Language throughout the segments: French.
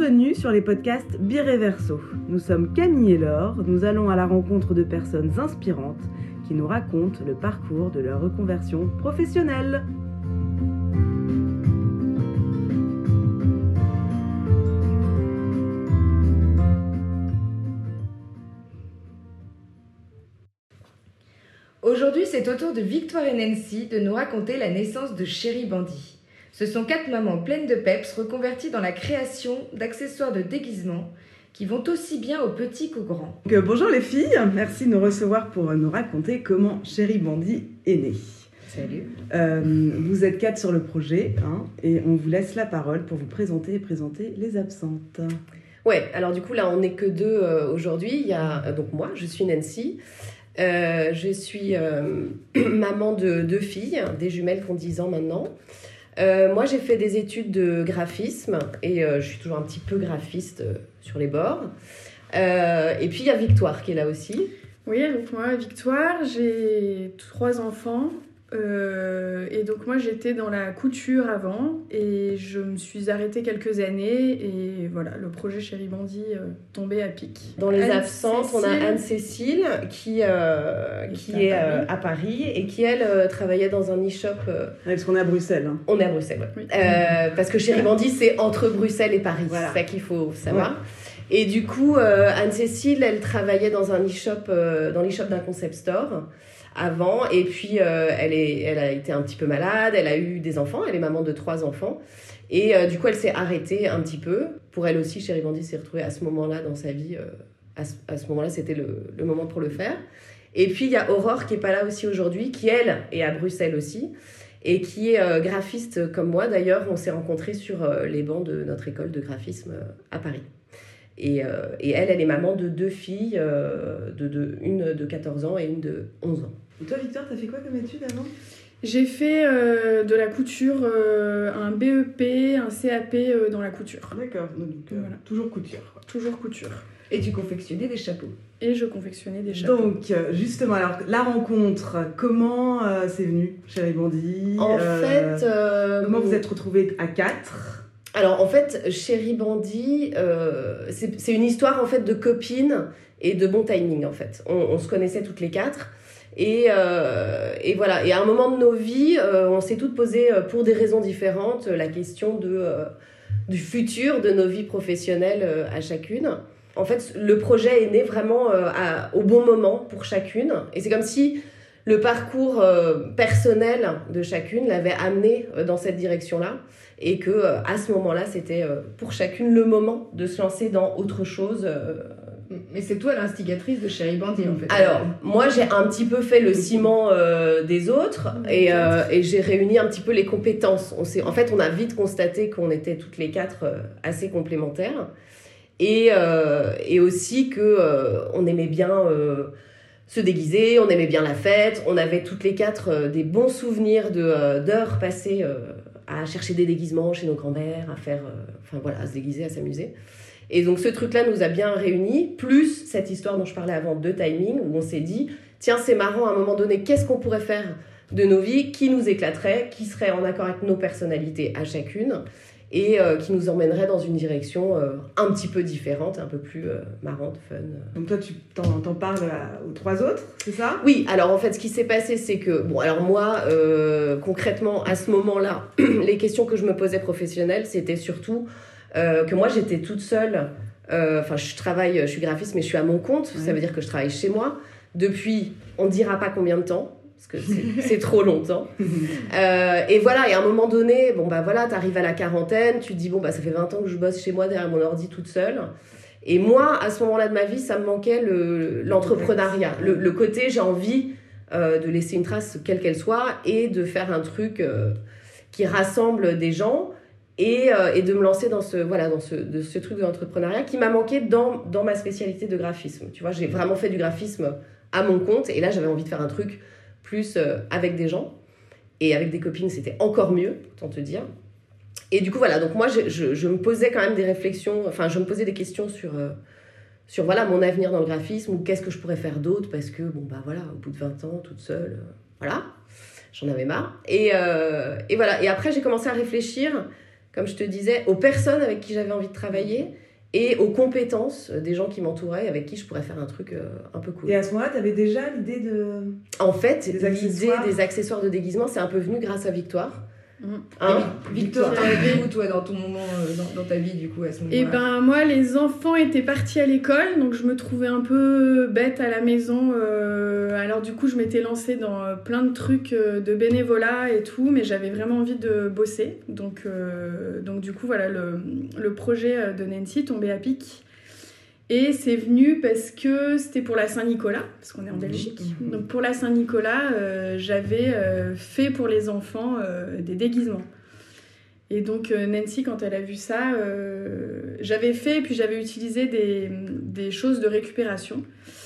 Bienvenue sur les podcasts Bireverso. Nous sommes Camille et Laure, nous allons à la rencontre de personnes inspirantes qui nous racontent le parcours de leur reconversion professionnelle. Aujourd'hui, c'est au tour de Victoire et Nancy de nous raconter la naissance de Chéri Bandit. Ce sont 4 mamans pleines de peps reconverties dans la création d'accessoires de déguisement qui vont aussi bien aux petits qu'aux grands. Bonjour les filles, merci de nous recevoir pour nous raconter comment Chéri Bandit est né. Salut. Vous êtes 4 sur le projet et on vous laisse la parole pour vous présenter et présenter les absentes. Ouais, alors du coup là on n'est que 2 aujourd'hui. Il y a donc moi, je suis Nancy. Je suis maman de 2 filles, des jumelles qui ont 10 ans maintenant. Moi, j'ai fait des études de graphisme et je suis toujours un petit peu graphiste sur les bords. Et puis, il y a Victoire qui est là aussi. Oui, donc moi, Victoire, j'ai 3 enfants. Et donc moi, j'étais dans la couture avant et je me suis arrêtée quelques années. Et voilà, le projet Chéri Bandit tombait à pic. Dans les absentes, on a Anne-Cécile qui est à Paris et qui, elle, travaillait dans un e-shop. Parce qu'on est à Bruxelles. On est à Bruxelles, ouais. Oui. Parce que Chéri Bandit, c'est entre Bruxelles et Paris. Voilà. C'est ça qu'il faut savoir. Ouais. Et du coup, Anne-Cécile, elle travaillait dans un e-shop, dans l'e-shop d'un concept store avant. Et puis, elle a été un petit peu malade. Elle a eu des enfants. Elle est maman de 3 enfants. Et du coup, elle s'est arrêtée un petit peu. Pour elle aussi, Chéri Bandit s'est retrouvée à ce moment-là dans sa vie. À ce moment-là, c'était le moment pour le faire. Et puis, il y a Aurore qui n'est pas là aussi aujourd'hui, qui, elle, est à Bruxelles aussi. Et qui est graphiste comme moi. D'ailleurs, on s'est rencontrés sur les bancs de notre école de graphisme à Paris. Et elle est maman de 2 filles, une de 14 ans et une de 11 ans. Et toi, Victoire, t'as fait quoi comme étude avant ? J'ai fait de la couture, un BEP, un CAP dans la couture. D'accord, donc Voilà. toujours couture. Toujours couture. Et tu confectionnais des chapeaux. Et je confectionnais des chapeaux. Donc, justement, alors, la rencontre, comment c'est venu, Chéri Bandit ? En fait... Comment vous êtes retrouvés à 4 ? Alors, en fait, Chéri Bandit, c'est une histoire, en fait, de copines et de bon timing, en fait. On se connaissait toutes les 4. Et voilà. Et à un moment de nos vies, on s'est toutes posé, pour des raisons différentes, la question du futur de nos vies professionnelles à chacune. En fait, le projet est né vraiment au bon moment pour chacune. Et c'est comme si le parcours personnel de chacune l'avait amené dans cette direction-là. Et que à ce moment-là, c'était pour chacune le moment de se lancer dans autre chose. Mais c'est toi l'instigatrice de Chéri Bandit, en fait. Alors, moi, j'ai un petit peu fait le ciment des autres et j'ai réuni un petit peu les compétences. En fait, on a vite constaté qu'on était toutes les 4 assez complémentaires et aussi qu'on aimait bien se déguiser, on aimait bien la fête. On avait toutes les 4 des bons souvenirs d'heures passées à chercher des déguisements chez nos grands-mères, à se déguiser, à s'amuser. Et donc ce truc-là nous a bien réunis, plus cette histoire dont je parlais avant de timing, où on s'est dit, tiens, c'est marrant, à un moment donné, qu'est-ce qu'on pourrait faire de nos vies qui nous éclaterait, qui serait en accord avec nos personnalités à chacune, et qui nous emmènerait dans une direction un petit peu différente, un peu plus marrante, fun. Donc toi, tu t'en parles aux 3 autres, c'est ça ? Oui, alors en fait, ce qui s'est passé, c'est que, bon, alors moi, concrètement, à ce moment-là, les questions que je me posais professionnelles, c'était surtout que moi, j'étais toute seule. Je suis graphiste, mais je suis à mon compte. Ouais. Ça veut dire que je travaille chez moi depuis, on ne dira pas combien de temps, parce que c'est trop longtemps. Et voilà, et à un moment donné, t'arrives à la quarantaine, tu te dis, ça fait 20 ans que je bosse chez moi derrière mon ordi toute seule. Et moi, à ce moment-là de ma vie, ça me manquait l'entrepreneuriat. Le côté, j'ai envie de laisser une trace, quelle qu'elle soit, et de faire un truc qui rassemble des gens, et de me lancer dans ce truc de l'entrepreneuriat qui m'a manqué dans ma spécialité de graphisme. Tu vois, j'ai vraiment fait du graphisme à mon compte, et là, j'avais envie de faire un truc plus avec des gens. Et avec des copines, c'était encore mieux, autant te dire. Et du coup, voilà, donc moi, je me posais quand même des réflexions, je me posais des questions sur mon avenir dans le graphisme, ou qu'est-ce que je pourrais faire d'autre, parce que, au bout de 20 ans, toute seule, j'en avais marre. Et voilà, et après, j'ai commencé à réfléchir comme je te disais, aux personnes avec qui j'avais envie de travailler et aux compétences des gens qui m'entouraient, avec qui je pourrais faire un truc un peu cool. Et à ce moment-là, tu avais déjà l'idée de... En fait, Des l'idée des accessoires de déguisement, c'est un peu venu grâce à Victoire. Victoire, t'en avais où toi dans ton moment, dans ta vie du coup à ce moment-là? Et ben moi les enfants étaient partis à l'école, donc je me trouvais un peu bête à la maison. Alors du coup je m'étais lancée dans plein de trucs de bénévolat et tout, mais j'avais vraiment envie de bosser. Donc du coup voilà, le projet de Nancy tombait à pic. Et c'est venu parce que c'était pour la Saint-Nicolas, parce qu'on est en Belgique. Donc pour la Saint-Nicolas, j'avais fait pour les enfants des déguisements. Et donc Nancy, quand elle a vu ça, j'avais fait et puis j'avais utilisé des choses de récupération.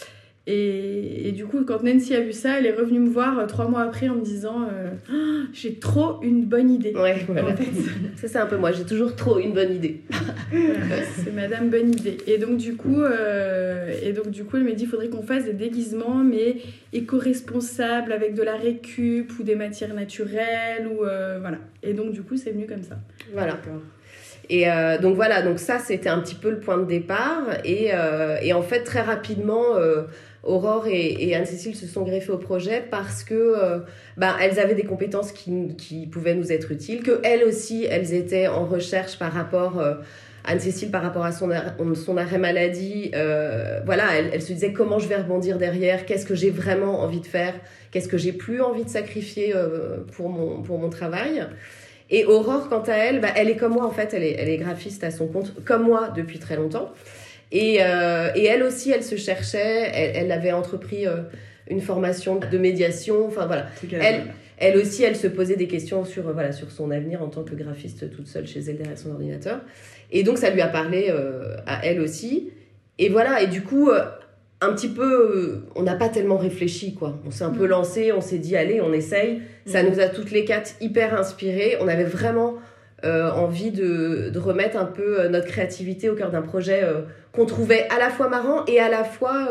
Et du coup, quand Nancy a vu ça, elle est revenue me voir 3 mois après en me disant j'ai trop une bonne idée. Ouais, voilà. En fait. Ça, c'est un peu moi, j'ai toujours trop une bonne idée. Voilà, c'est Madame Bonne Idée. Et donc du coup, elle m'a dit il faudrait qu'on fasse des déguisements, mais éco-responsables, avec de la récup ou des matières naturelles. Voilà. Et donc du coup, c'est venu comme ça. Voilà. Et donc voilà, donc ça, c'était un petit peu le point de départ. Et en fait, très rapidement... Aurore et Anne-Cécile se sont greffées au projet parce que elles avaient des compétences qui pouvaient nous être utiles, que elles aussi, elles étaient en recherche par rapport Anne-Cécile par rapport à son arrêt maladie. Elle se disait comment je vais rebondir derrière, qu'est-ce que j'ai vraiment envie de faire, qu'est-ce que j'ai plus envie de sacrifier pour mon travail. Et Aurore, quant à elle, elle est comme moi en fait, elle est graphiste à son compte, comme moi depuis très longtemps. Et elle aussi, elle se cherchait, elle avait entrepris une formation de médiation, enfin voilà. Elle aussi, elle se posait des questions sur son avenir en tant que graphiste toute seule chez elle derrière son ordinateur. Et donc, ça lui a parlé à elle aussi. Et voilà, et du coup, un petit peu, on n'a pas tellement réfléchi, quoi. On s'est un peu lancé, on s'est dit, allez, on essaye. Ça nous a toutes les 4 hyper inspirées. On avait vraiment... envie de remettre un peu notre créativité au cœur d'un projet qu'on trouvait à la fois marrant et à la fois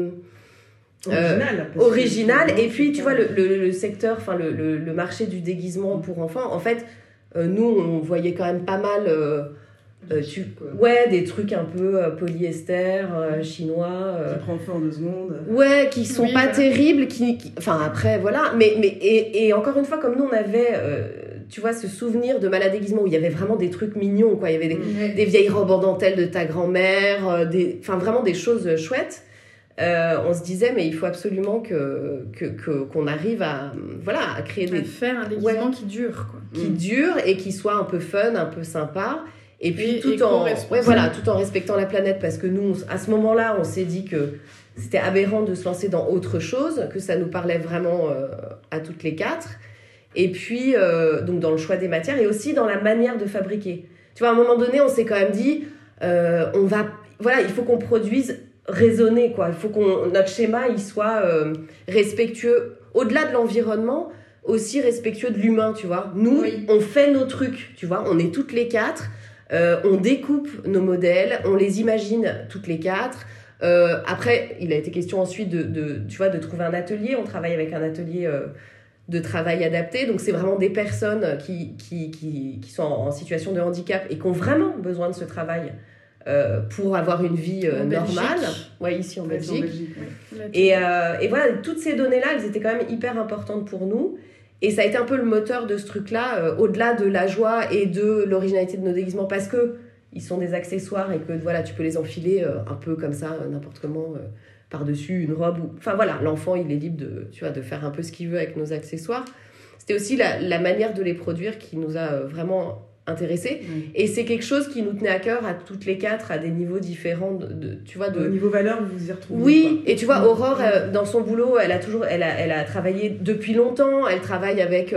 original. Et puis, tu vois, le secteur, enfin le marché du déguisement pour enfants, en fait, nous, on voyait quand même pas mal... des trucs un peu polyester, chinois. Qui prend feu en 2 secondes. Ouais, qui sont pas terribles. Enfin, après, voilà. Et encore une fois, comme nous, on avait... tu vois, ce souvenir de Malade déguisement où il y avait vraiment des trucs mignons, quoi. Il y avait des vieilles robes en dentelle de ta grand-mère, enfin vraiment des choses chouettes. On se disait, mais il faut absolument qu'on arrive à créer faire un déguisement qui dure, quoi. Qui dure et qui soit un peu fun, un peu sympa. Et puis tout en respectant la planète, parce que nous, à ce moment-là, on s'est dit que c'était aberrant de se lancer dans autre chose, que ça nous parlait vraiment à toutes les 4. Et puis, donc dans le choix des matières et aussi dans la manière de fabriquer. Tu vois, à un moment donné, on s'est quand même dit, il faut qu'on produise raisonné, quoi. Il faut notre schéma, il soit respectueux, au-delà de l'environnement, aussi respectueux de l'humain, tu vois. Nous, on fait nos trucs, tu vois. On est toutes les 4, on découpe nos modèles, on les imagine toutes les 4. Après, il a été question ensuite de trouver un atelier. On travaille avec un atelier... de travail adapté, donc c'est vraiment des personnes qui sont en situation de handicap et qui ont vraiment besoin de ce travail pour avoir une vie normale. Ouais, ici en Belgique. Et voilà, toutes ces données-là, elles étaient quand même hyper importantes pour nous. Et ça a été un peu le moteur de ce truc-là, au-delà de la joie et de l'originalité de nos déguisements, parce que ils sont des accessoires et que voilà, tu peux les enfiler un peu comme ça, n'importe comment. Par-dessus une robe. Enfin voilà, l'enfant, il est libre de faire un peu ce qu'il veut avec nos accessoires. C'était aussi la manière de les produire qui nous a vraiment intéressés. Et c'est quelque chose qui nous tenait à cœur à toutes les 4, à des niveaux différents. Au niveau valeur, vous vous y retrouvez. Oui, quoi. Et tu vois, Aurore, dans son boulot, elle a travaillé depuis longtemps. Elle travaille avec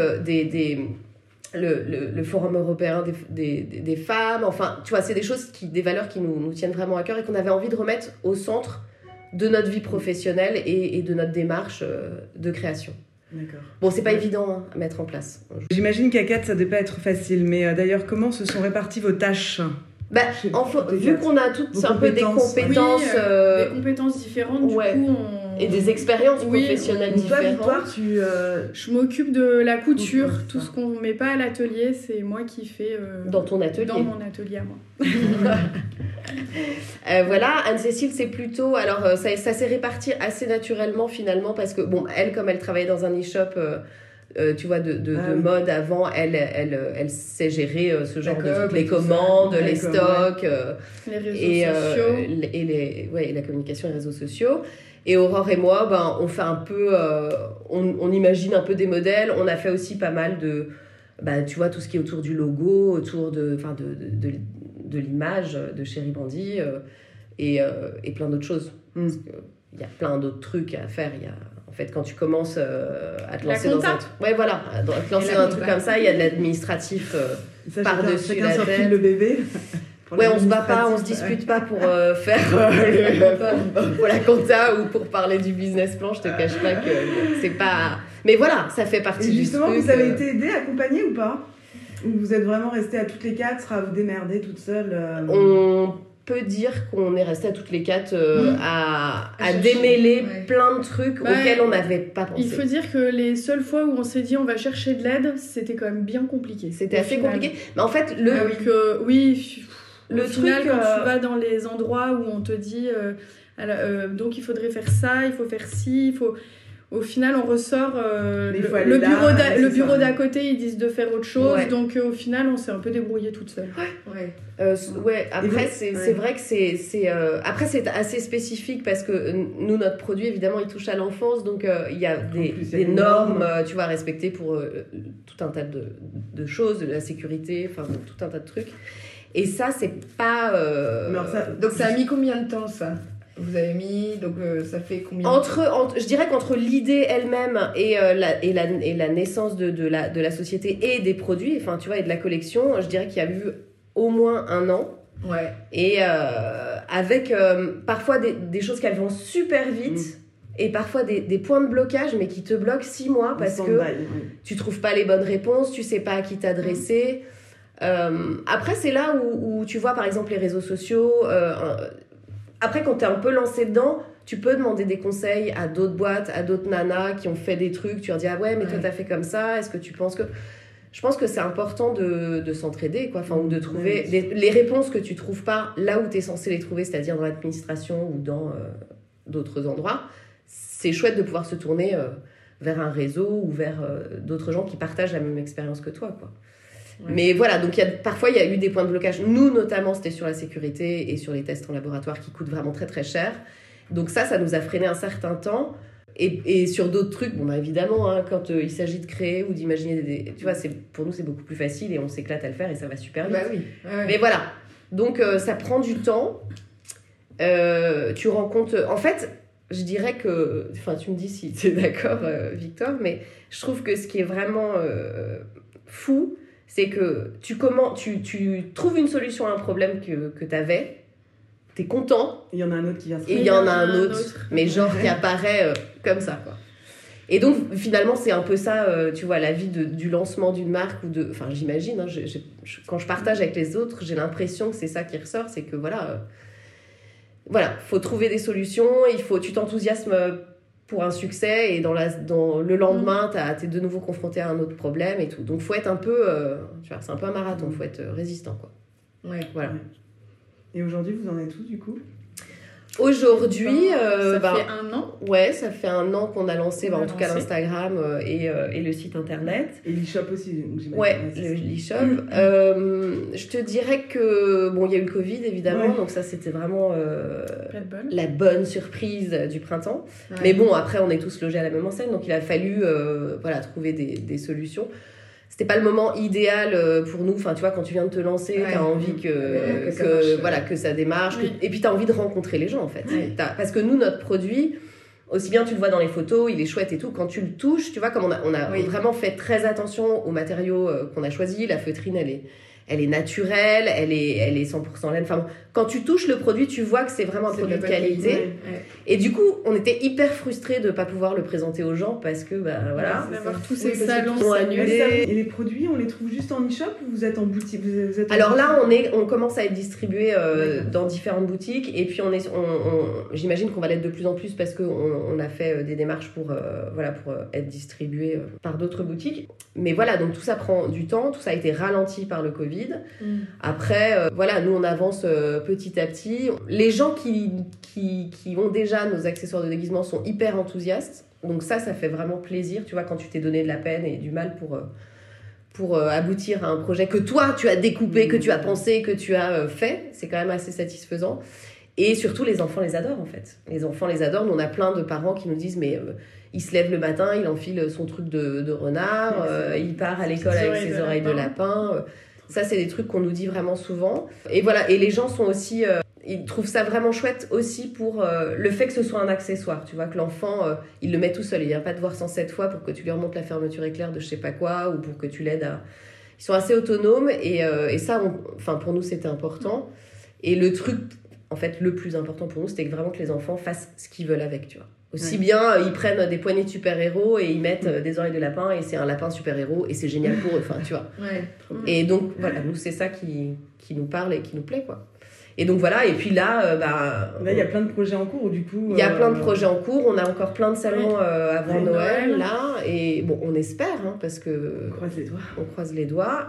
le Forum européen des femmes. Enfin, tu vois, c'est des valeurs qui nous tiennent vraiment à cœur et qu'on avait envie de remettre au centre de notre vie professionnelle et de notre démarche de création. D'accord. Bon, c'est pas évident à mettre en place. J'imagine qu'à 4, ça ne devait pas être facile, mais d'ailleurs, comment se sont réparties vos tâches ? Vu qu'on a toutes un peu des compétences... des compétences différentes, du coup, Et des expériences professionnelles Donc toi, différentes. Victoire, Je m'occupe de la couture, Ouais, tout ça. ce qu'on ne met pas à l'atelier, c'est moi qui fais Dans ton atelier. dans mon atelier à moi. Voilà, Anne-Cécile, c'est plutôt... Alors, ça s'est réparti assez naturellement, finalement, parce que, bon, elle, comme elle travaillait dans un e-shop, tu vois, de oui. mode avant, elle sait gérer ce genre de D'accord, trucs, les tout ça. commandes, les D'accord, stocks, Les réseaux et, sociaux. et la communication et les réseaux sociaux. Et Aurore et moi, ben, on fait un peu... on imagine un peu des modèles. On a fait aussi pas mal de... Bah, tu vois, tout ce qui est autour du logo, autour de l'image de Chéri Bandit et plein d'autres choses. Parce qu'il y a plein d'autres trucs à faire. Il y a, en fait, quand tu commences à te La lancer dans compta. un truc... Ouais, voilà. À te lancer Et dans la un truc compta. comme ça, il y a de l'administratif... ça, par-dessus chacun la s'enfile tête. le bébé. Pour Ouais, on se bat pas, on se l'administratif, dispute pas pour faire pour la compta ou pour parler du business plan. Je te cache pas que c'est pas... Mais voilà, ça fait partie Et justement, du truc. vous avez été aidée, accompagnée ou pas? Ou vous êtes vraiment restée à toutes les quatre à vous démerder toute seule On peut dire qu'on est resté à toutes les quatre à chercher, démêler ouais. plein de trucs Ouais. auxquels on n'avait pas pensé. Il faut dire que les seules fois où on s'est dit on va chercher de l'aide, c'était quand même bien compliqué. C'était Au assez final. compliqué. Mais en fait, le... Donc, oui, Le au final, truc, quand tu vas dans les endroits où on te dit donc il faudrait faire ça, il faut faire ci, il faut... Au final, on ressort. Mais il faut aller Le là, le c'est bureau ça. d'à côté, ils disent de faire autre chose. Ouais. Donc, au final, on s'est un peu débrouillé toute seule. Ouais. ouais, après, vous- c'est ouais. vrai que après, c'est assez spécifique parce que nous, notre produit, évidemment, il touche à l'enfance. Donc, il y a des plus, il y a des normes, normes. tu vois, à respecter pour tout un tas de choses, de la sécurité, enfin, tout un tas de trucs. Et ça, c'est pas... Mais alors ça, Donc ça a mis combien de temps ça? Vous avez mis, donc ça fait combien de temps? je dirais qu'entre l'idée elle-même et la naissance de la société et des produits, enfin tu vois, et de la collection, je dirais qu'il y a eu au moins 1 an. Ouais. Et avec parfois des choses qui vont super vite et parfois des points de blocage, mais qui te bloquent 6 mois parce que stand-by, tu trouves pas les bonnes réponses, tu sais pas à qui t'adresser. Après, c'est là où tu vois par exemple les réseaux sociaux. Après, quand t'es un peu lancé dedans, tu peux demander des conseils à d'autres boîtes, à d'autres nanas qui ont fait des trucs. Tu leur dis ah ouais, mais toi Ouais. t'as fait comme ça. Est-ce que tu penses que... Je pense que c'est important de s'entraider, quoi. Enfin, ou de trouver les réponses que tu trouves pas là où t'es censé les trouver, c'est-à-dire dans l'administration ou dans d'autres endroits. C'est chouette de pouvoir se tourner vers un réseau ou vers d'autres gens qui partagent la même expérience que toi, quoi. Ouais. Mais voilà, donc parfois il y a eu des points de blocage. Nous, notamment, c'était sur la sécurité et sur les tests en laboratoire qui coûtent vraiment très très cher. Donc ça nous a freiné un certain temps. Et sur d'autres trucs, bon bah évidemment, hein, quand il s'agit de créer ou d'imaginer tu vois, pour nous c'est beaucoup plus facile et on s'éclate à le faire et ça va super vite. Bah oui. Ouais. Mais voilà, donc ça prend du temps. Tu rencontres... En fait, je dirais que... Enfin, tu me dis si tu es d'accord, Victor, mais je trouve que ce qui est vraiment fou, c'est que tu trouves une solution à un problème que tu avais, tu es content, Il y en a un autre qui vient se et il y en a un autre, mais genre qui apparaît comme ça, quoi. Et donc, finalement, c'est un peu ça, tu vois, la vie du lancement d'une marque ou de... Enfin, j'imagine, hein, quand je partage avec les autres, j'ai l'impression que c'est ça qui ressort, c'est que, voilà, faut trouver des solutions, tu t'enthousiasmes pour un succès, et dans le lendemain, t'es de nouveau confronté à un autre problème et tout. Donc, faut être un peu... tu vois, c'est un peu un marathon, faut être résistant, quoi. Ouais. Voilà. Et aujourd'hui, vous en êtes où, du coup? Aujourd'hui... ça fait 1 an. Ouais, ça fait 1 an qu'on a lancé, en tout cas lancé. l'Instagram et le site internet. Et l'e-shop aussi, donc, j'imagine. Ouais, c'est ça. l'e-shop. Je te dirais que, il y a eu le Covid évidemment, Ouais. donc ça c'était vraiment Red Bull. la bonne surprise du printemps. Ouais. Mais bon, après on est tous logés à la même enseigne, donc il a fallu trouver des solutions. C'était pas le moment idéal pour nous. Enfin, tu vois, quand tu viens de te lancer, Ouais. t'as envie que ça marche. que ça démarre. Oui. Et puis t'as envie de rencontrer les gens, en fait. Ouais. Parce que nous, notre produit, aussi bien tu le vois dans les photos, il est chouette et tout. Quand tu le touches, tu vois, comme on a Oui. vraiment fait très attention aux matériaux qu'on a choisis. La feutrine, elle est naturelle, elle est 100% laine. Enfin, bon, quand tu touches le produit, tu vois que c'est vraiment un produit de qualité. Ouais. Et du coup, on était hyper frustrés de ne pas pouvoir le présenter aux gens parce que, voilà. D'avoir tous ces Oui, parce que salons tout ça, annulés. Et les produits, on les trouve juste en e-shop ou vous êtes en boutique vous êtes en Alors boutique là, on commence à être distribué dans différentes boutiques. Et puis, j'imagine qu'on va l'être de plus en plus parce qu'on a fait des démarches pour être distribué par d'autres boutiques. Mais voilà, donc tout ça prend du temps. Tout ça a été ralenti par le Covid. Après, nous, on avance petit à petit. Les gens qui ont déjà nos accessoires de déguisement sont hyper enthousiastes. Donc ça fait vraiment plaisir, tu vois, quand tu t'es donné de la peine et du mal pour aboutir à un projet que toi, tu as découpé, que tu as pensé, que tu as fait. C'est quand même assez satisfaisant. Et surtout, les enfants les adorent, en fait. Les enfants les adorent. Nous, on a plein de parents qui nous disent, mais il se lève le matin, il enfile son truc de renard, il part à l'école avec ses oreilles de lapin. Ça, c'est des trucs qu'on nous dit vraiment souvent. Et voilà, et les gens sont aussi... ils trouvent ça vraiment chouette aussi pour le fait que ce soit un accessoire. Tu vois, que l'enfant, il le met tout seul. Il vient pas te voir 107 fois pour que tu lui remontes la fermeture éclair de je sais pas quoi ou pour que tu l'aides à... Ils sont assez autonomes et ça, pour nous, c'était important. Et le truc, en fait, le plus important pour nous, c'était vraiment que les enfants fassent ce qu'ils veulent avec, tu vois. Aussi bien, ils prennent des poignées de super-héros et ils mettent des oreilles de lapin et c'est un lapin super-héros et c'est génial pour eux, tu vois. Ouais. Et donc, voilà, nous, c'est ça qui nous parle et qui nous plaît, quoi. Et donc, voilà, et puis là... Là, il y a plein de projets en cours, du coup... Il y a plein de projets en cours, on a encore plein de salons avant Noël, là, et bon, on espère, hein, parce que... On croise les doigts. On croise les doigts,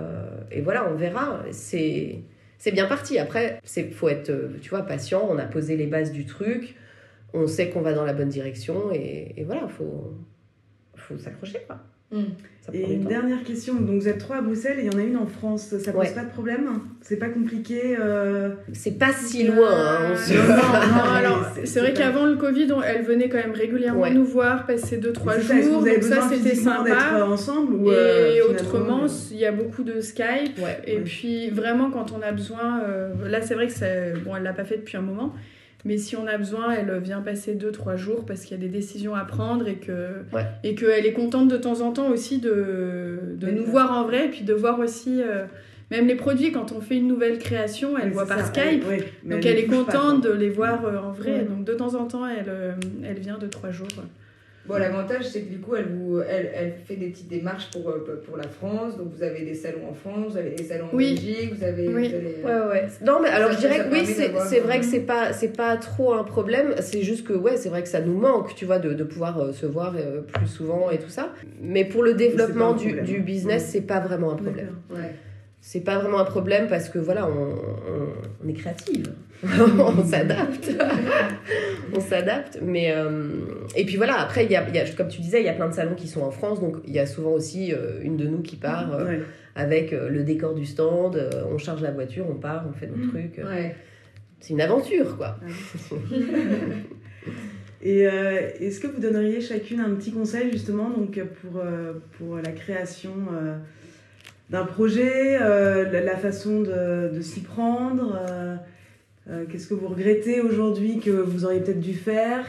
et voilà, on verra. C'est bien parti. Après, faut être, tu vois, patient, on a posé les bases du truc... On sait qu'on va dans la bonne direction et voilà, faut s'accrocher, quoi. Ça Et prend du une temps. dernière question, donc vous êtes 3 à Bruxelles et il y en a une en France, ça pose pas de problème? C'est pas compliqué C'est pas si loin, hein, Non, alors mais c'est vrai qu'avant le Covid, elle venait quand même régulièrement nous voir, passer 2-3 jours, Est-ce que vous avez donc ça besoin c'était physiquement sympa. d'être ensemble ou, Et finalement, autrement, il y a beaucoup de Skype. Et puis vraiment, quand on a besoin, là c'est vrai que elle l'a pas fait depuis un moment. Mais si on a besoin, elle vient passer 2-3 jours parce qu'il y a des décisions à prendre et qu'elle est contente de temps en temps aussi de nous voir en vrai et puis de voir aussi même les produits quand on fait une nouvelle création, elle voit par Skype. Donc elle est contente de les voir en vrai. Donc de temps en temps, elle vient 2-3 jours. Bon, l'avantage, c'est que du coup, elle fait des petites démarches pour la France. Donc, vous avez des salons en France, vous avez des salons en Belgique, vous avez... Ouais. Non, mais alors je dirais que oui, c'est vrai que c'est pas trop un problème. C'est juste que, c'est vrai que ça nous manque, tu vois, de pouvoir se voir plus souvent et tout ça. Mais pour le développement du business, c'est pas vraiment un problème. C'est pas vraiment un problème parce que, voilà, on est créative. On s'adapte. On s'adapte. Mais, et puis voilà, après, il y a, comme tu disais, il y a plein de salons qui sont en France. Donc, il y a souvent aussi une de nous qui part avec le décor du stand. On charge la voiture, on part, on fait nos trucs. C'est une aventure, quoi. Et est-ce que vous donneriez chacune un petit conseil, justement, donc, pour la création d'un projet, la façon de s'y prendre qu'est-ce que vous regrettez aujourd'hui que vous auriez peut-être dû faire?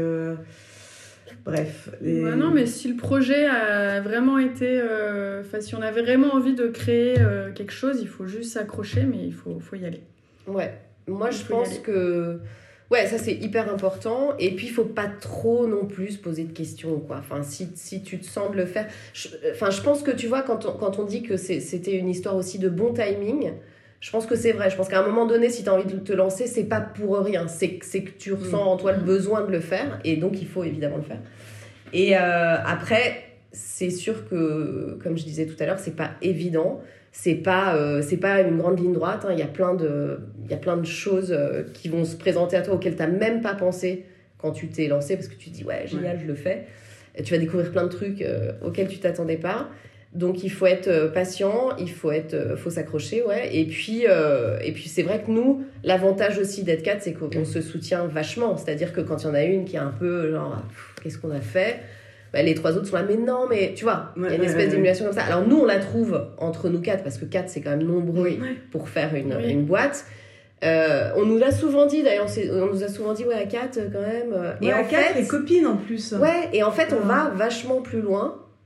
Bref. Non, mais si le projet a vraiment été... si on avait vraiment envie de créer quelque chose, il faut juste s'accrocher, mais il faut y aller. Ouais, moi je pense que... Ouais, ça c'est hyper important. Et puis il faut pas trop non plus se poser de questions, quoi. Enfin, si tu te sens de le faire... je pense que tu vois, quand on dit que c'était une histoire aussi de bon timing... Je pense que c'est vrai. Je pense qu'à un moment donné, si tu as envie de te lancer, c'est pas pour rien. C'est que tu ressens en toi le besoin de le faire. Et donc, il faut évidemment le faire. Et après, c'est sûr que, comme je disais tout à l'heure, c'est pas évident. C'est pas une grande ligne droite. Hein. Il y a plein de choses qui vont se présenter à toi auxquelles tu n'as même pas pensé quand tu t'es lancé. Parce que tu te dis, ouais, génial, je le fais. Et tu vas découvrir plein de trucs auxquels tu t'attendais pas. Donc il faut être patient, faut s'accrocher, et puis c'est vrai que nous, l'avantage aussi d'être 4, c'est qu'on se soutient vachement, c'est-à-dire que quand il y en a une qui est un peu genre qu'est-ce qu'on a fait, les 3 autres sont là mais non, mais tu vois, il y a une espèce d'émulation comme ça. Alors nous on la trouve entre nous 4 parce que 4 c'est quand même nombreux pour faire une boîte. On nous l'a souvent dit d'ailleurs, on nous a souvent dit à 4 quand même. Et à 4 les copines en plus. Et en fait on va vachement plus loin.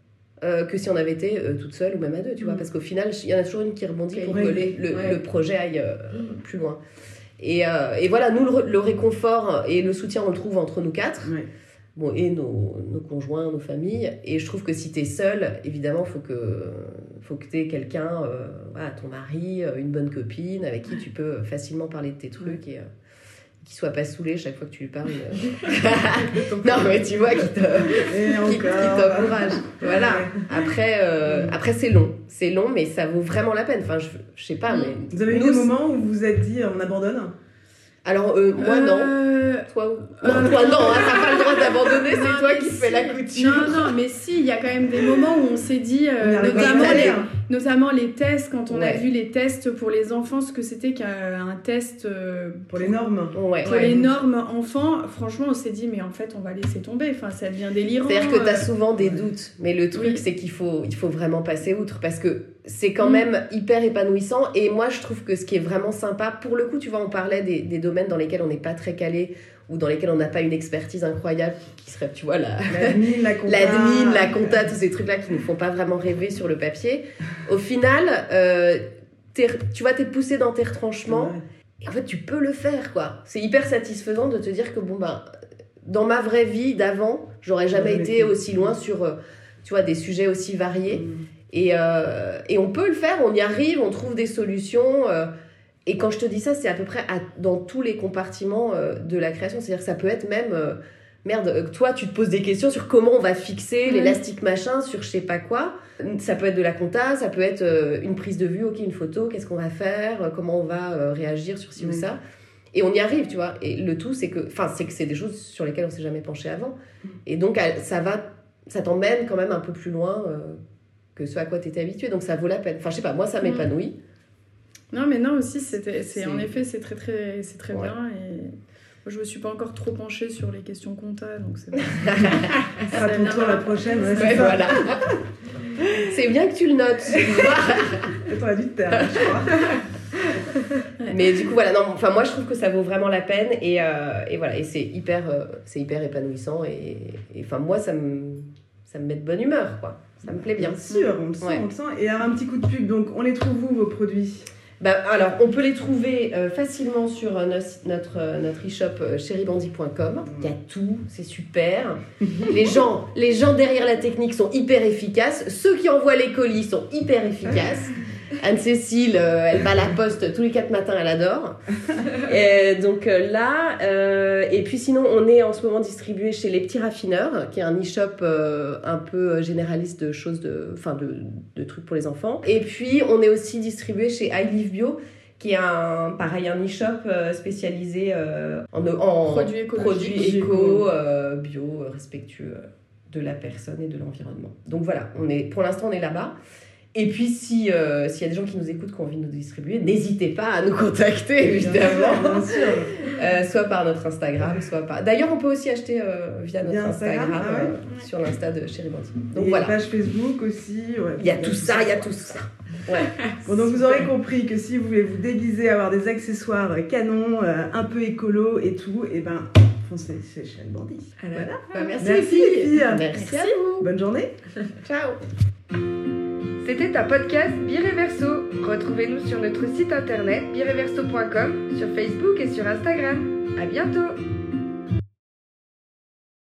que si on avait été toute seule ou même à deux, tu vois, parce qu'au final, il y en a toujours une qui rebondit pour que le projet aille plus loin. Et voilà, nous, le réconfort et le soutien, on le trouve entre nous 4. Ouais. Bon, et nos conjoints, nos familles. Et je trouve que si t'es seule, évidemment, faut que t'aies quelqu'un, voilà, ton mari, une bonne copine, avec qui tu peux facilement parler de tes trucs et qui soit pas saoulé chaque fois que tu lui parles. Non, mais tu vois, qui t'encourage. Voilà. Après, c'est long, mais ça vaut vraiment la peine. Enfin, je sais pas, mais... Vous avez eu des moments où vous vous êtes dit, on abandonne? Alors, moi, non. Toi, non, hein, t'as pas le droit d'abandonner, c'est toi qui fais la couture. Non, mais si, il y a quand même des moments où on s'est dit, notamment les tests, quand on a vu les tests pour les enfants, ce que c'était qu'un test... pour les normes. Pour les normes enfants, franchement, on s'est dit, mais en fait, on va laisser tomber, enfin, ça devient délirant. C'est-à-dire que t'as souvent des doutes, mais le truc, c'est qu'il faut vraiment passer outre, parce que c'est quand même hyper épanouissant, et moi, je trouve que ce qui est vraiment sympa, pour le coup, tu vois, on parlait des domaines dans lesquels on n'est pas très calé, ou dans lesquels on n'a pas une expertise incroyable, qui serait, tu vois, l'admin, la compta, tous ces trucs-là qui ne font pas vraiment rêver sur le papier. Au final, tu vois, t'es poussé dans tes retranchements, et en fait, tu peux le faire, quoi. C'est hyper satisfaisant de te dire que, bon, ben, dans ma vraie vie d'avant, j'aurais jamais été aussi loin sur, tu vois, des sujets aussi variés. Et on peut le faire, on y arrive, on trouve des solutions... Et quand je te dis ça, c'est à peu près dans tous les compartiments de la création. C'est-à-dire que ça peut être même... toi, tu te poses des questions sur comment on va fixer l'élastique machin sur je sais pas quoi. Ça peut être de la compta, ça peut être une prise de vue, ok, une photo, qu'est-ce qu'on va faire, comment on va réagir sur ci ou ça. Et on y arrive, tu vois. Et le tout, c'est que c'est des choses sur lesquelles on s'est jamais penché avant. Et donc, ça t'emmène quand même un peu plus loin que ce à quoi tu étais habitué. Donc, ça vaut la peine. Enfin, je sais pas, moi, ça m'épanouit. Non, mais non, aussi, en effet, c'est très bien. Et moi, je me suis pas encore trop penchée sur les questions compta, donc c'est bon. Ça sera ton tour la prochaine. Voilà. C'est bien que tu le notes. T'aurais dû te taire, je crois. Mais du coup, voilà. Non, enfin, moi, je trouve que ça vaut vraiment la peine. Et voilà. Et c'est hyper épanouissant. Et enfin, moi, ça me met de bonne humeur, quoi. Ça me plaît bien. Bien sûr, on le sent. Et alors, un petit coup de pub. Donc, on les trouve où, vos produits ? Alors, on peut les trouver facilement sur notre e-shop cherrybandy.com. Il y a tout, c'est super. Les gens derrière la technique sont hyper efficaces. Ceux qui envoient les colis sont hyper efficaces. Anne-Cécile, elle va à la poste tous les 4 matins, elle adore. Et donc là, et puis sinon, on est en ce moment distribué chez Les Petits Raffineurs, qui est un e-shop un peu généraliste de choses, de trucs pour les enfants. Et puis, on est aussi distribué chez I Live Bio, qui est un e-shop spécialisé en produits éco, bio, respectueux de la personne et de l'environnement. Donc voilà, pour l'instant, on est là-bas. Et puis, s'il y a des gens qui nous écoutent, qui ont envie de nous distribuer, n'hésitez pas à nous contacter, évidemment. Bien sûr. Soit par notre Instagram, soit par... D'ailleurs, on peut aussi acheter via notre Instagram, sur l'Insta de Chérie Bandy. Donc, voilà. Page Facebook aussi. Ouais, il y a tout ça. Ouais. Bon, donc vous aurez compris que si vous voulez vous déguiser, avoir des accessoires canons, un peu écolo et tout, et ben... foncez chez Chérie Bandy. Voilà. Merci les filles. Merci à vous. Bonne journée. Ciao. C'était un podcast Bireverso. Retrouvez-nous sur notre site internet bireverso.com, sur Facebook et sur Instagram. À bientôt.